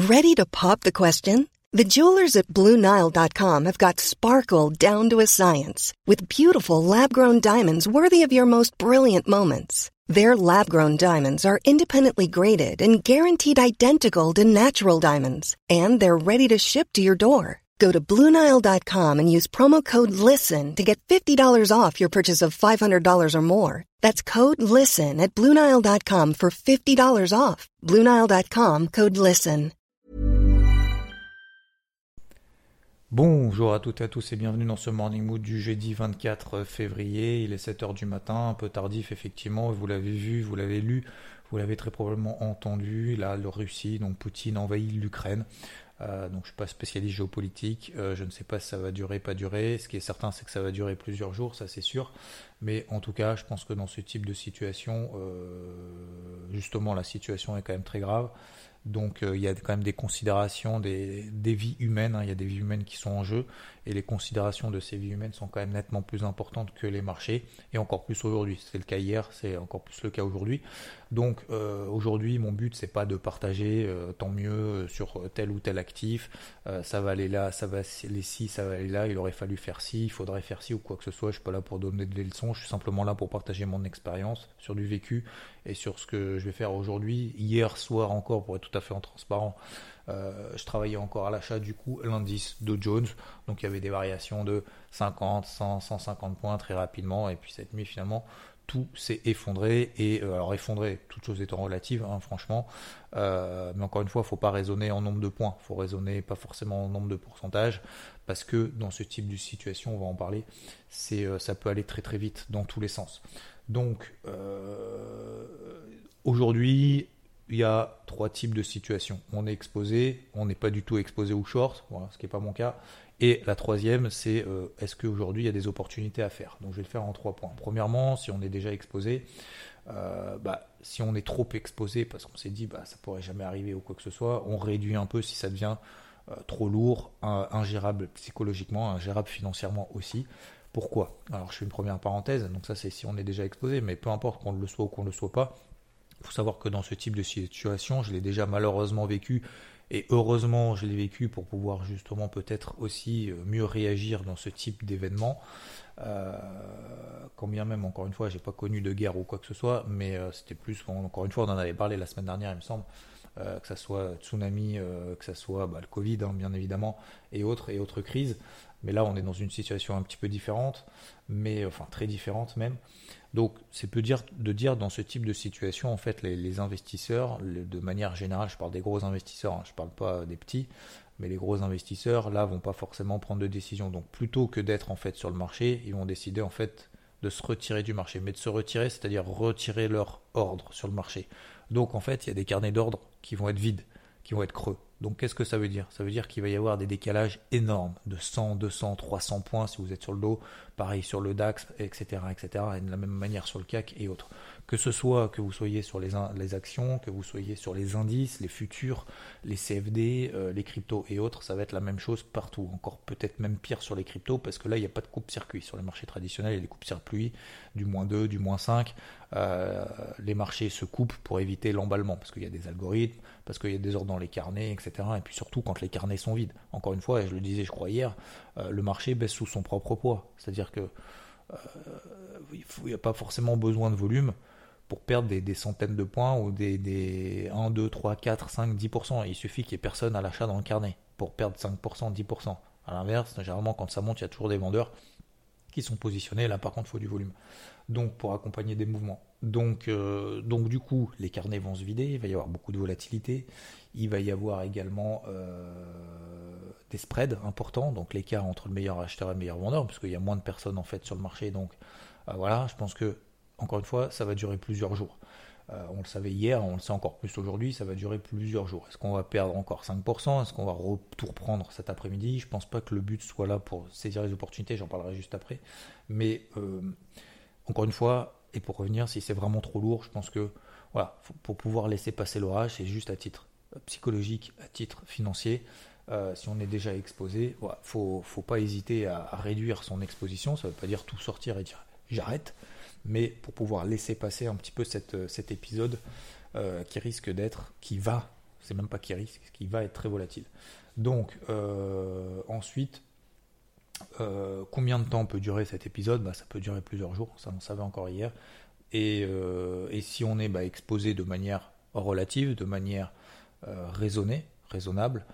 Ready to pop the question? The jewelers at BlueNile.com have got sparkle down to a science with beautiful lab-grown diamonds worthy of your most brilliant moments. Their lab-grown diamonds are independently graded and guaranteed identical to natural diamonds, and they're ready to ship to your door. Go to BlueNile.com and use promo code LISTEN to get $50 off your purchase of $500 or more. That's code LISTEN at BlueNile.com for $50 off. BlueNile.com, code LISTEN. Bonjour à toutes et à tous et bienvenue dans ce Morning Mood du jeudi 24 février. Il est 7h du matin, un peu tardif effectivement, vous l'avez vu, vous l'avez lu, vous l'avez très probablement entendu. Là, la Russie, donc Poutine envahit l'Ukraine. Donc je ne suis pas spécialiste géopolitique, je ne sais pas si ça va durer, pas durer. Ce qui est certain, c'est que ça va durer plusieurs jours, ça c'est sûr. Mais en tout cas, je pense que dans ce type de situation, justement la situation est quand même très grave. Donc il y a quand même des considérations des vies humaines, hein. Il y a des vies humaines qui sont en jeu et les considérations de ces vies humaines sont quand même nettement plus importantes que les marchés et encore plus aujourd'hui. C'était le cas hier, c'est encore plus le cas aujourd'hui. Donc aujourd'hui mon but c'est pas de partager tant mieux sur tel ou tel actif, ça va aller là, ça va aller ci, ça va aller là, il aurait fallu faire ci, il faudrait faire ci ou quoi que ce soit. Je suis pas là pour donner des leçons, je suis simplement là pour partager mon expérience sur du vécu et sur ce que je vais faire aujourd'hui. Hier soir encore, pour être tout à fait transparent, je travaillais encore à l'achat du coup l'indice Dow Jones, donc il y avait des variations de 50, 100, 150 points très rapidement et puis cette nuit finalement tout s'est effondré et alors effondré, toutes choses étant relatives, hein, franchement, mais encore une fois, il ne faut pas raisonner en nombre de points, il faut raisonner pas forcément en nombre de pourcentages, parce que dans ce type de situation, on va en parler, ça peut aller très très vite dans tous les sens. Donc aujourd'hui, il y a trois types de situations. On est exposé, on n'est pas du tout exposé au short, voilà, ce qui n'est pas mon cas. Et la troisième, c'est est-ce qu'aujourd'hui il y a des opportunités à faire. Donc je vais le faire en 3 points. Premièrement, si on est déjà exposé, si on est trop exposé parce qu'on s'est dit ça pourrait jamais arriver ou quoi que ce soit, on réduit un peu si ça devient trop lourd, ingérable psychologiquement, ingérable financièrement aussi. Pourquoi ? Alors je fais une première parenthèse, donc ça c'est si on est déjà exposé, mais peu importe qu'on le soit ou qu'on ne le soit pas, il faut savoir que dans ce type de situation, je l'ai déjà malheureusement vécu. Et heureusement, je l'ai vécu pour pouvoir justement peut-être aussi mieux réagir dans ce type d'événement. Quand bien même, encore une fois, j'ai pas connu de guerre ou quoi que ce soit, mais c'était plus, encore une fois, on en avait parlé la semaine dernière, il me semble, que ça soit tsunami, que ça soit le Covid, hein, bien évidemment, et autres crises. Mais là, on est dans une situation un petit peu différente, mais enfin très différente même. Donc, c'est peu de dire dans ce type de situation, en fait, les investisseurs, de manière générale, je parle des gros investisseurs, hein, je ne parle pas des petits, mais les gros investisseurs, là, vont pas forcément prendre de décision. Donc, plutôt que d'être en fait sur le marché, ils vont décider en fait de se retirer du marché. Mais de se retirer, c'est-à-dire retirer leur ordre sur le marché. Donc, en fait, il y a des carnets d'ordre qui vont être vides, qui vont être creux. Donc qu'est-ce que ça veut dire ? Ça veut dire qu'il va y avoir des décalages énormes de 100, 200, 300 points si vous êtes sur le dos, pareil sur le DAX, etc., etc., et de la même manière sur le CAC et autres. Que ce soit que vous soyez sur les actions, que vous soyez sur les indices, les futurs, les CFD, les cryptos et autres, ça va être la même chose partout. Encore peut-être même pire sur les cryptos parce que là, il n'y a pas de coupe-circuit. Sur les marchés traditionnels, il y a des coupes-circuits du -2, du -5. Les marchés se coupent pour éviter l'emballement parce qu'il y a des algorithmes, parce qu'il y a des ordres dans les carnets, etc. Et puis surtout quand les carnets sont vides. Encore une fois, et je le disais je crois hier, le marché baisse sous son propre poids. C'est-à-dire que il n'y a pas forcément besoin de volume pour perdre des centaines de points ou des 1, 2, 3, 4, 5, 10%. Il suffit qu'il n'y ait personne à l'achat dans le carnet pour perdre 5%, 10%. À l'inverse, généralement quand ça monte, il y a toujours des vendeurs qui sont positionnés. Là par contre, il faut du volume. Donc pour accompagner des mouvements. Donc du coup, les carnets vont se vider, il va y avoir beaucoup de volatilité, il va y avoir également des spreads importants, donc l'écart entre le meilleur acheteur et le meilleur vendeur, parce qu'il y a moins de personnes en fait sur le marché. Donc voilà, je pense que encore une fois, ça va durer plusieurs jours. On le savait hier, on le sait encore plus aujourd'hui, ça va durer plusieurs jours. Est-ce qu'on va perdre encore 5%? Est-ce qu'on va tout reprendre cet après-midi? Je pense pas que le but soit là pour saisir les opportunités, j'en parlerai juste après. Mais encore une fois, et pour revenir, si c'est vraiment trop lourd, je pense que voilà, pour pouvoir laisser passer l'orage, c'est juste à titre psychologique, à titre financier. Si on est déjà exposé, voilà, faut pas hésiter à réduire son exposition. Ça ne veut pas dire tout sortir et dire j'arrête, mais pour pouvoir laisser passer un petit peu cet épisode qui risque d'être, qui va c'est même pas qu'il risque, c'est qu'il va être très volatile. Donc ensuite, combien de temps peut durer cet épisode? Ça peut durer plusieurs jours, ça on savait encore hier. Et si on est exposé de manière relative, de manière raisonnable,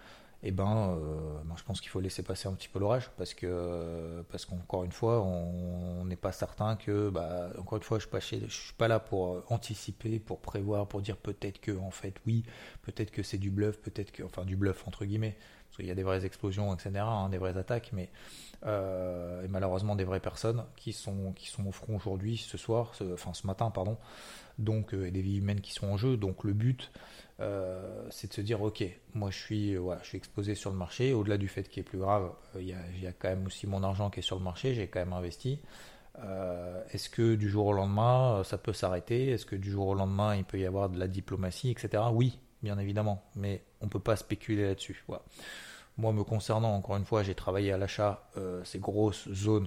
je pense qu'il faut laisser passer un petit peu l'orage parce qu'encore une fois, on n'est pas certain que, encore une fois, je suis pas là pour anticiper, pour prévoir, pour dire peut-être que, en fait, oui, peut-être que c'est du bluff, enfin du bluff entre guillemets, parce qu'il y a des vraies explosions, etc., des vraies attaques, mais et malheureusement des vraies personnes qui sont au front aujourd'hui, ce matin, pardon. Donc, et des vies humaines qui sont en jeu. Donc, le but, c'est de se dire, ok, moi je suis exposé sur le marché. Au-delà du fait qui est plus grave, il y a quand même aussi mon argent qui est sur le marché. J'ai quand même investi. Est-ce que du jour au lendemain, ça peut s'arrêter? Est-ce que du jour au lendemain, il peut y avoir de la diplomatie, etc. Oui, bien évidemment, mais on ne peut pas spéculer là-dessus. Voilà. Moi, me concernant, encore une fois, j'ai travaillé à l'achat ces grosses zones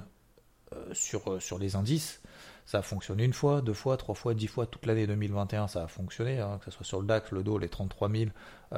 sur les indices. Ça a fonctionné une fois, deux fois, trois fois, 10 fois, toute l'année 2021 ça a fonctionné, que ce soit sur le DAX, le DAX, les 33 000,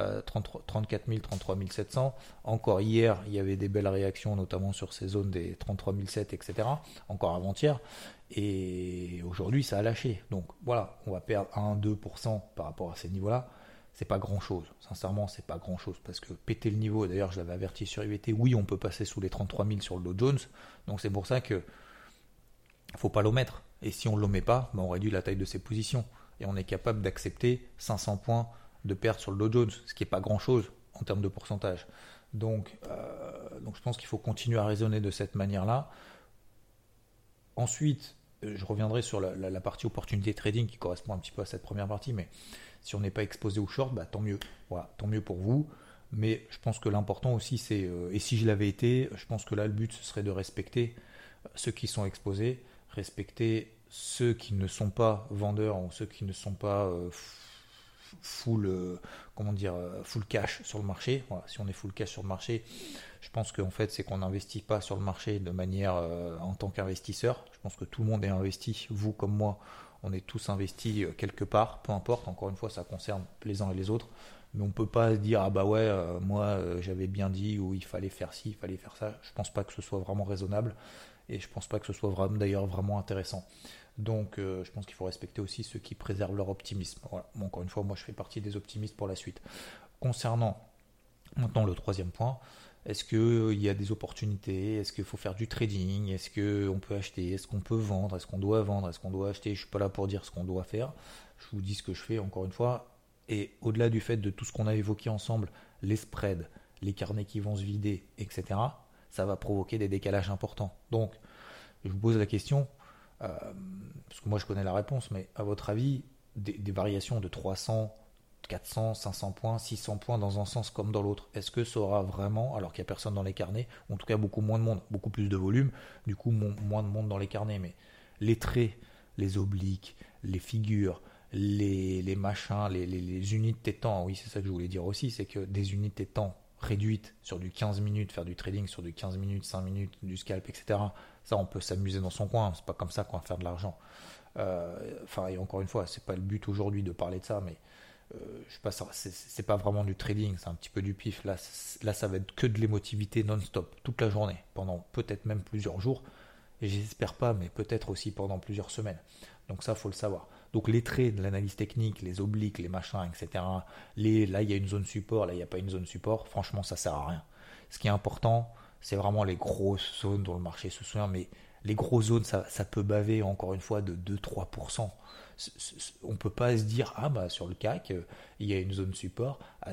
34 000, 33 700. Encore hier, il y avait des belles réactions, notamment sur ces zones des 33 700, etc. Encore avant-hier. Et aujourd'hui, ça a lâché. Donc voilà, on va perdre 1-2% par rapport à ces niveaux-là. C'est pas grand-chose. Sincèrement, c'est pas grand-chose. Parce que péter le niveau, d'ailleurs, je l'avais averti sur IVT, oui, on peut passer sous les 33 000 sur le Dow Jones. Donc c'est pour ça que faut pas l'omettre. Et si on ne l'omet pas, on réduit la taille de ses positions. Et on est capable d'accepter 500 points de perte sur le Dow Jones, ce qui n'est pas grand-chose en termes de pourcentage. Donc je pense qu'il faut continuer à raisonner de cette manière-là. Ensuite, je reviendrai sur la partie opportunité trading qui correspond un petit peu à cette première partie, mais si on n'est pas exposé au short, tant mieux. Voilà, tant mieux pour vous. Mais je pense que l'important aussi, c'est, et si je l'avais été, je pense que là, le but, ce serait de respecter ceux qui sont exposés, respecter ceux qui ne sont pas vendeurs ou ceux qui ne sont pas full cash sur le marché. Voilà, si on est full cash sur le marché, je pense qu'en fait c'est qu'on n'investit pas sur le marché de manière en tant qu'investisseur. Je pense que tout le monde est investi, vous comme moi, on est tous investis quelque part, peu importe, encore une fois ça concerne les uns et les autres. Mais on ne peut pas se dire moi j'avais bien dit ou il fallait faire ci, il fallait faire ça. Je ne pense pas que ce soit vraiment raisonnable. Et je ne pense pas que ce soit vraiment intéressant. Donc je pense qu'il faut respecter aussi ceux qui préservent leur optimisme. Voilà. Bon, encore une fois, moi je fais partie des optimistes pour la suite. Concernant maintenant le troisième point, est-ce qu'il y a des opportunités? Est-ce qu'il faut faire du trading? Est-ce qu'on peut acheter? Est-ce qu'on peut vendre? Est-ce qu'on doit vendre? Est-ce qu'on doit acheter? Je ne suis pas là pour dire ce qu'on doit faire. Je vous dis ce que je fais encore une fois. Et au-delà du fait de tout ce qu'on a évoqué ensemble, les spreads, les carnets qui vont se vider, etc., ça va provoquer des décalages importants. Donc, je vous pose la question, parce que moi je connais la réponse, mais à votre avis, des variations de 300, 400, 500 points, 600 points dans un sens comme dans l'autre, est-ce que ça aura vraiment, alors qu'il n'y a personne dans les carnets, ou en tout cas beaucoup moins de monde, beaucoup plus de volume, du coup moins de monde dans les carnets, mais les traits, les obliques, les figures, les machins, les unités de temps, oui c'est ça que je voulais dire aussi, c'est que des unités de temps réduite sur du 15 minutes, faire du trading sur du 15 minutes, 5 minutes, du scalp, etc. Ça, on peut s'amuser dans son coin, c'est pas comme ça qu'on va faire de l'argent. Et encore une fois, c'est pas le but aujourd'hui de parler de ça, mais je sais pas, c'est pas vraiment du trading, c'est un petit peu du pif. Là, ça va être que de l'émotivité non-stop, toute la journée, pendant peut-être même plusieurs jours, et j'espère pas, mais peut-être aussi pendant plusieurs semaines. Donc ça, faut le savoir. Donc les traits de l'analyse technique, les obliques, les machins, etc. Là, il y a une zone support, là, il n'y a pas une zone support. Franchement, ça sert à rien. Ce qui est important, c'est vraiment les grosses zones dont le marché se souvient. Mais les grosses zones, ça peut baver, encore une fois, de 2-3%. On ne peut pas se dire, sur le CAC, il y a une zone support à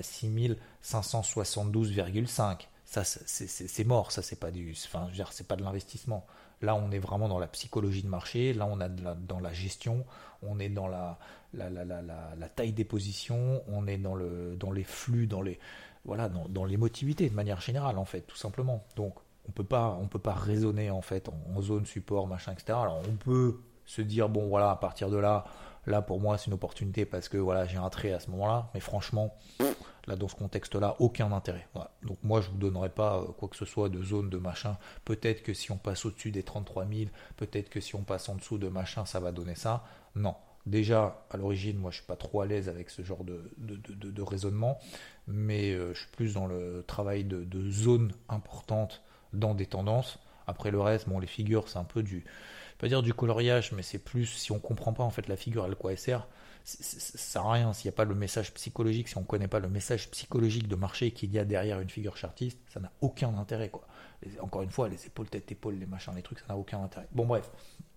6572,5. Ça, c'est mort. Ça, c'est pas c'est pas de l'investissement. Là, on est vraiment dans la psychologie de marché. Là, on est dans la gestion. On est dans la taille des positions. On est dans les flux, dans l'émotivité de manière générale, en fait, tout simplement. Donc, on peut pas raisonner en fait en zone support, machin, etc. Alors, on peut se dire à partir de là pour moi, c'est une opportunité parce que j'ai un trait à ce moment-là. Mais franchement, là, dans ce contexte-là, aucun intérêt. Voilà. Donc moi, je ne vous donnerai pas quoi que ce soit de zone, de machin. Peut-être que si on passe au-dessus des 33 000, peut-être que si on passe en dessous de machin, ça va donner ça. Non, Déjà, à l'origine, moi, je suis pas trop à l'aise avec ce genre de raisonnement, mais je suis plus dans le travail de zones importantes dans des tendances. Après le reste, bon, les figures, c'est un peu du, pas dire du coloriage, mais c'est plus si on comprend pas en fait la figure, à quoi elle sert, ça sert à rien s'il n'y a pas le message psychologique, si on connaît pas le message psychologique de marché qu'il y a derrière une figure chartiste, ça n'a aucun intérêt quoi. Encore une fois, les épaules, tête, épaules, les machins, les trucs, ça n'a aucun intérêt. Bon bref.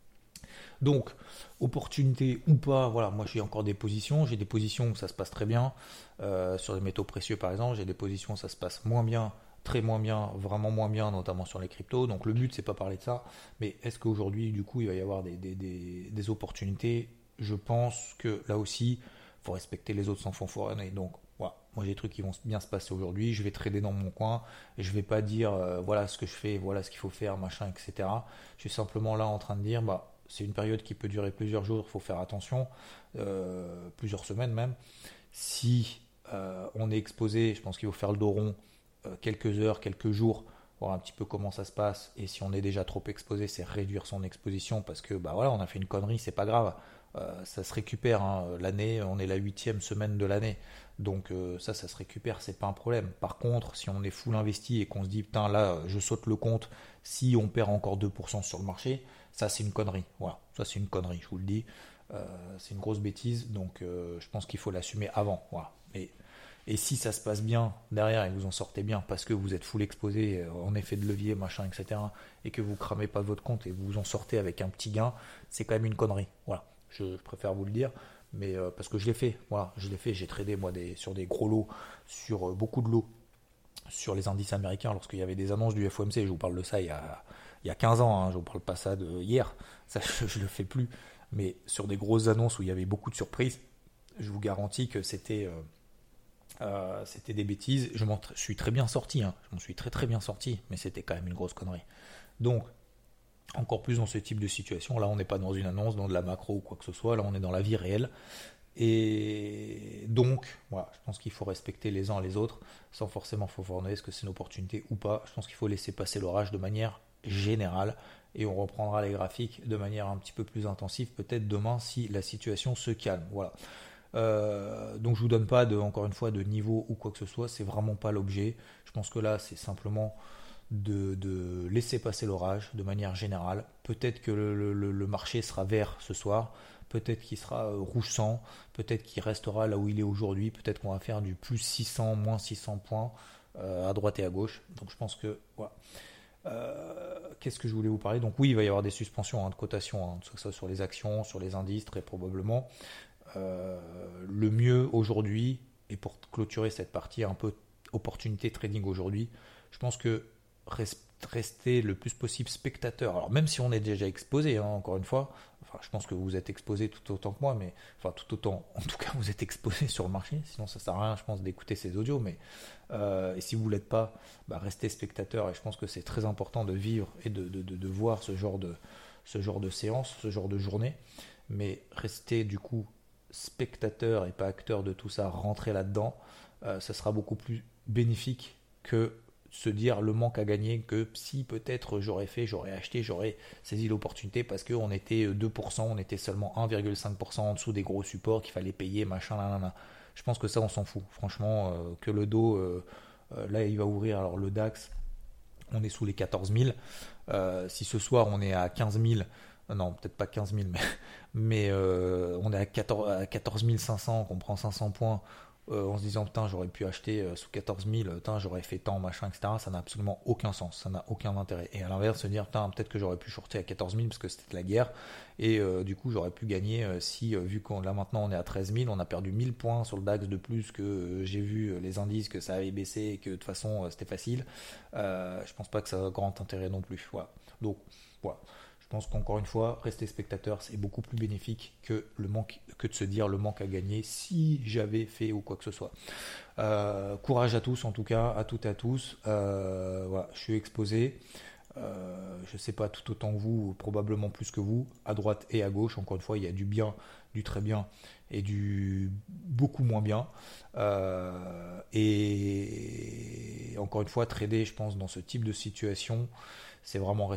Donc, opportunité ou pas, voilà, moi j'ai encore des positions. J'ai des positions où ça se passe très bien. Sur les métaux précieux par exemple, j'ai des positions où ça se passe moins bien, très moins bien, vraiment moins bien, notamment sur les cryptos. Donc le but c'est pas parler de ça, mais est-ce qu'aujourd'hui du coup il va y avoir des opportunités? Je pense que là aussi, il faut respecter les autres sans fanfaronner. Donc voilà, moi j'ai des trucs qui vont bien se passer aujourd'hui, je vais trader dans mon coin, et je vais pas dire voilà ce que je fais, voilà ce qu'il faut faire, machin, etc. Je suis simplement là en train de dire bah c'est une période qui peut durer plusieurs jours, il faut faire attention, plusieurs semaines même. Si on est exposé, je pense qu'il faut faire le dos rond quelques heures, quelques jours, voir un petit peu comment ça se passe. Et si on est déjà trop exposé, c'est réduire son exposition parce que bah voilà, on a fait une connerie, c'est pas grave. Ça se récupère, hein. L'année, on est la 8e semaine de l'année, donc ça se récupère, c'est pas un problème. Par contre, si on est full investi et qu'on se dit putain là, je saute le compte, si on perd encore 2% sur le marché, ça c'est une connerie. Voilà, ça c'est une connerie, je vous le dis. C'est une grosse bêtise, donc je pense qu'il faut l'assumer avant. Voilà. Et si ça se passe bien derrière et que vous en sortez bien parce que vous êtes full exposé en effet de levier, machin, etc., et que vous cramez pas votre compte et que vous en sortez avec un petit gain, c'est quand même une connerie. Voilà, je préfère vous le dire, mais parce que je l'ai fait. Voilà, je l'ai fait. J'ai tradé moi sur des gros lots, sur beaucoup de lots, sur les indices américains lorsqu'il y avait des annonces du FOMC. Je vous parle de ça il y a 15 ans. Hein, je vous parle pas ça de hier. Ça, je le fais plus. Mais sur des grosses annonces où il y avait beaucoup de surprises, je vous garantis que c'était des bêtises. Je m'en suis très bien sorti, hein. Je m'en suis très très bien sorti, mais c'était quand même une grosse connerie. Donc, encore plus dans ce type de situation, là on n'est pas dans une annonce, dans de la macro ou quoi que ce soit, là on est dans la vie réelle. Et donc, voilà, je pense qu'il faut respecter les uns les autres, sans forcément fanfaronner, est-ce que c'est une opportunité ou pas. Je pense qu'il faut laisser passer l'orage de manière générale, et on reprendra les graphiques de manière un petit peu plus intensive, peut-être demain si la situation se calme. Voilà. Donc je vous donne pas encore une fois de niveau ou quoi que ce soit, c'est vraiment pas l'objet. Je pense que là c'est simplement de laisser passer l'orage de manière générale. Peut-être que le marché sera vert ce soir, peut-être qu'il sera rouge sang, peut-être qu'il restera là où il est aujourd'hui, peut-être qu'on va faire du plus 600, moins 600 points à droite et à gauche. Donc je pense que voilà. Qu'est-ce que je voulais vous parler? Donc oui, il va y avoir des suspensions de cotation, que ce soit sur les actions, sur les indices très probablement. Le mieux aujourd'hui, et pour clôturer cette partie un peu opportunité trading aujourd'hui, je pense que rester le plus possible spectateur. Alors même si on est déjà exposé, hein, encore une fois, enfin, je pense que vous êtes exposé tout autant que moi, mais enfin tout autant, en tout cas vous êtes exposé sur le marché, sinon ça sert à rien, je pense, d'écouter ces audios, mais et si vous ne l'êtes pas, bah, restez spectateur, et je pense que c'est très important de vivre et de voir ce genre de séance, ce genre de journée, mais restez du coup spectateur et pas acteur de tout ça, rentrer là-dedans, ça sera beaucoup plus bénéfique que se dire le manque à gagner, que si peut-être j'aurais acheté, j'aurais saisi l'opportunité parce qu'on était 2%, on était seulement 1,5% en dessous des gros supports qu'il fallait payer, machin, là. Je pense que ça on s'en fout, franchement, que le dos, là il va ouvrir, alors le DAX, on est sous les 14 000, si ce soir on est à 15 000, non, peut-être pas 15 000, mais on est à 14 500, qu'on prend 500 points, en se disant putain j'aurais pu acheter sous 14 000, putain j'aurais fait tant, machin, etc. Ça n'a absolument aucun sens, ça n'a aucun intérêt. Et à l'inverse, se dire putain peut-être que j'aurais pu shorter à 14 000 parce que c'était la guerre, et du coup j'aurais pu gagner si, vu qu'on là maintenant on est à 13 000, on a perdu 1000 points sur le DAX de plus que j'ai vu les indices que ça avait baissé et que de toute façon c'était facile. Je pense pas que ça a grand intérêt non plus. Voilà. Donc voilà. Je pense qu'encore une fois, rester spectateur, c'est beaucoup plus bénéfique que de se dire le manque à gagner si j'avais fait ou quoi que ce soit. Courage à tous, en tout cas, à toutes et à tous. Voilà, je suis exposé. Je ne sais pas tout autant que vous, probablement plus que vous, à droite et à gauche. Encore une fois, il y a du bien, du très bien et du beaucoup moins bien. Et encore une fois, trader, je pense, dans ce type de situation, c'est vraiment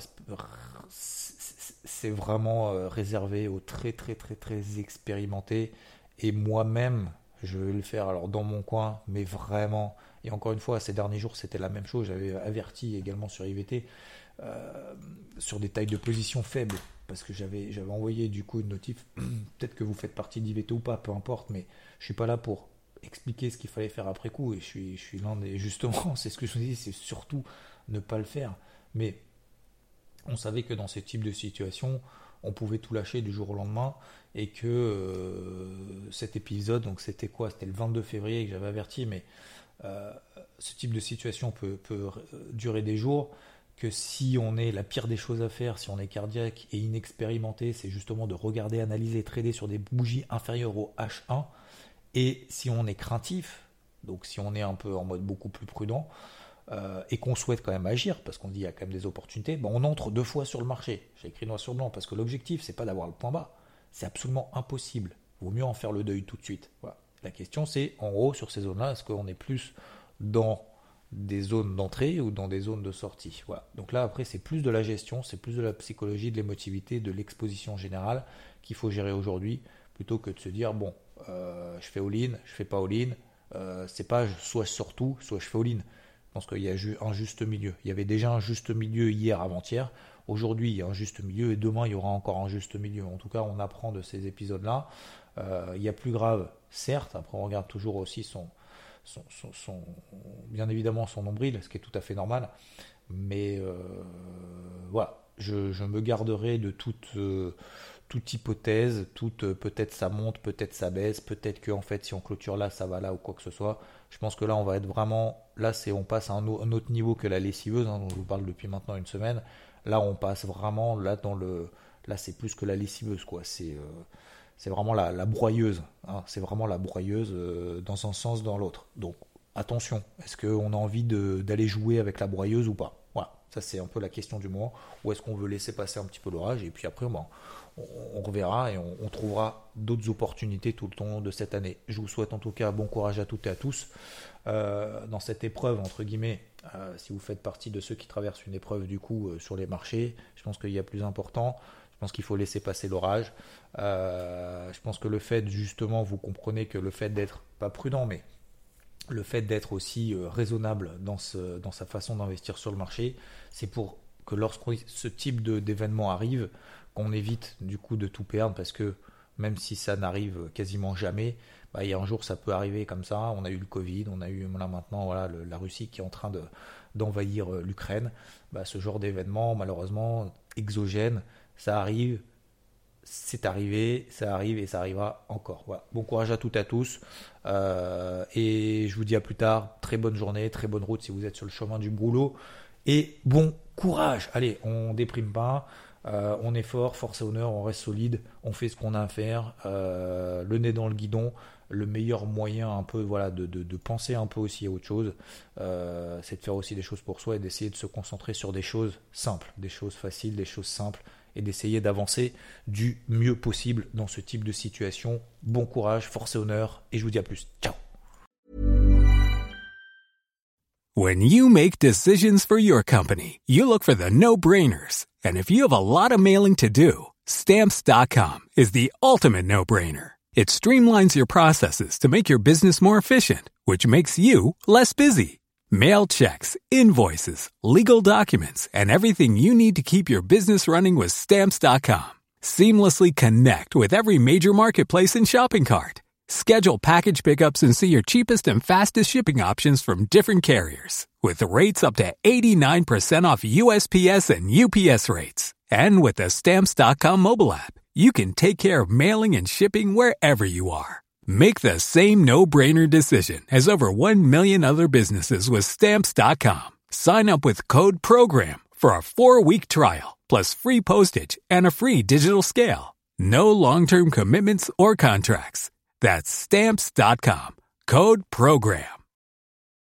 réservé aux très très très très expérimentés. Et moi-même, je vais le faire alors dans mon coin, mais vraiment. Et encore une fois, ces derniers jours, c'était la même chose. J'avais averti également sur IVT sur des tailles de position faibles, parce que j'avais envoyé du coup une notif. Peut-être que vous faites partie d'IVT ou pas, peu importe, mais je suis pas là pour expliquer ce qu'il fallait faire après coup. Et je suis l'un des, justement, c'est ce que je vous dis, c'est surtout ne pas le faire. Mais on savait que dans ce type de situation, on pouvait tout lâcher du jour au lendemain, et que cet épisode, donc c'était quoi ? C'était le 22 février que j'avais averti, mais ce type de situation peut durer des jours, que si on est la pire des choses à faire, si on est cardiaque et inexpérimenté, c'est justement de regarder, analyser, trader sur des bougies inférieures au H1, et si on est craintif, donc si on est un peu en mode beaucoup plus prudent, et qu'on souhaite quand même agir, parce qu'on dit qu'il y a quand même des opportunités, on entre 2 fois sur le marché. J'ai écrit noir sur blanc, parce que l'objectif, c'est pas d'avoir le point bas. C'est absolument impossible. Il vaut mieux en faire le deuil tout de suite. Voilà. La question, c'est, en gros, sur ces zones-là, est-ce qu'on est plus dans des zones d'entrée ou dans des zones de sortie ? Voilà. Donc là, après, c'est plus de la gestion, c'est plus de la psychologie, de l'émotivité, de l'exposition générale qu'il faut gérer aujourd'hui, plutôt que de se dire, je fais all-in, je fais pas all-in. C'est pas soit je sors tout, soit je fais all-in. Je pense qu'il y a un juste milieu. Il y avait déjà un juste milieu hier, avant-hier. Aujourd'hui, il y a un juste milieu, et demain, il y aura encore un juste milieu. En tout cas, on apprend de ces épisodes-là. Il y a plus grave, certes. Après, on regarde toujours aussi bien évidemment son nombril, ce qui est tout à fait normal. Mais voilà, je me garderai de toute hypothèse, peut-être ça monte, peut-être ça baisse, peut-être que en fait, si on clôture là, ça va là ou quoi que ce soit. Je pense que là, on va être vraiment, là, on passe à un autre niveau que la lessiveuse, dont je vous parle depuis maintenant une semaine. Là, on passe vraiment, là, c'est plus que la lessiveuse, quoi. C'est vraiment la broyeuse, hein. C'est vraiment la broyeuse dans un sens, dans l'autre. Donc, attention, est-ce qu'on a envie d'aller jouer avec la broyeuse ou pas ? Voilà, ça c'est un peu la question du moment. Ou est-ce qu'on veut laisser passer un petit peu l'orage, et puis après, on reverra, et on trouvera d'autres opportunités tout le long de cette année. Je vous souhaite en tout cas bon courage à toutes et à tous dans cette épreuve, entre guillemets. Si vous faites partie de ceux qui traversent une épreuve du coup sur les marchés, je pense qu'il y a plus important. Je pense qu'il faut laisser passer l'orage. Je pense que le fait, justement, vous comprenez que le fait d'être pas prudent, mais le fait d'être aussi raisonnable dans sa façon d'investir sur le marché, c'est pour que lorsque ce type d'événement arrive, qu'on évite du coup de tout perdre, parce que même si ça n'arrive quasiment jamais, il y a un jour ça peut arriver comme ça. On a eu le Covid, on a eu là maintenant la Russie qui est en train d'envahir l'Ukraine. Ce genre d'événement, malheureusement exogène, ça arrive, c'est arrivé, ça arrive et ça arrivera encore. Voilà. Bon courage à toutes et à tous, et je vous dis à plus tard. Très bonne journée, très bonne route si vous êtes sur le chemin du boulot, et bon courage. Allez, on déprime pas. On est fort, force et honneur, on reste solide, on fait ce qu'on a à faire, le nez dans le guidon. Le meilleur moyen un peu de penser un peu aussi à autre chose, c'est de faire aussi des choses pour soi, et d'essayer de se concentrer sur des choses simples, des choses faciles, des choses simples, et d'essayer d'avancer du mieux possible dans ce type de situation. Bon courage, force et honneur, et je vous dis à plus. Ciao. When you make decisions for your company, you look for the no-brainers. And if you have a lot of mailing to do, Stamps.com is the ultimate no-brainer. It streamlines your processes to make your business more efficient, which makes you less busy. Mail checks, invoices, legal documents, and everything you need to keep your business running with Stamps.com. Seamlessly connect with every major marketplace and shopping cart. Schedule package pickups and see your cheapest and fastest shipping options from different carriers, with rates up to 89% off USPS and UPS rates. And with the Stamps.com mobile app, you can take care of mailing and shipping wherever you are. Make the same no-brainer decision as over 1 million other businesses with Stamps.com. Sign up with code PROGRAM for a 4-week trial, plus free postage and a free digital scale. No long-term commitments or contracts. That's Stamps.com. Code PROGRAM.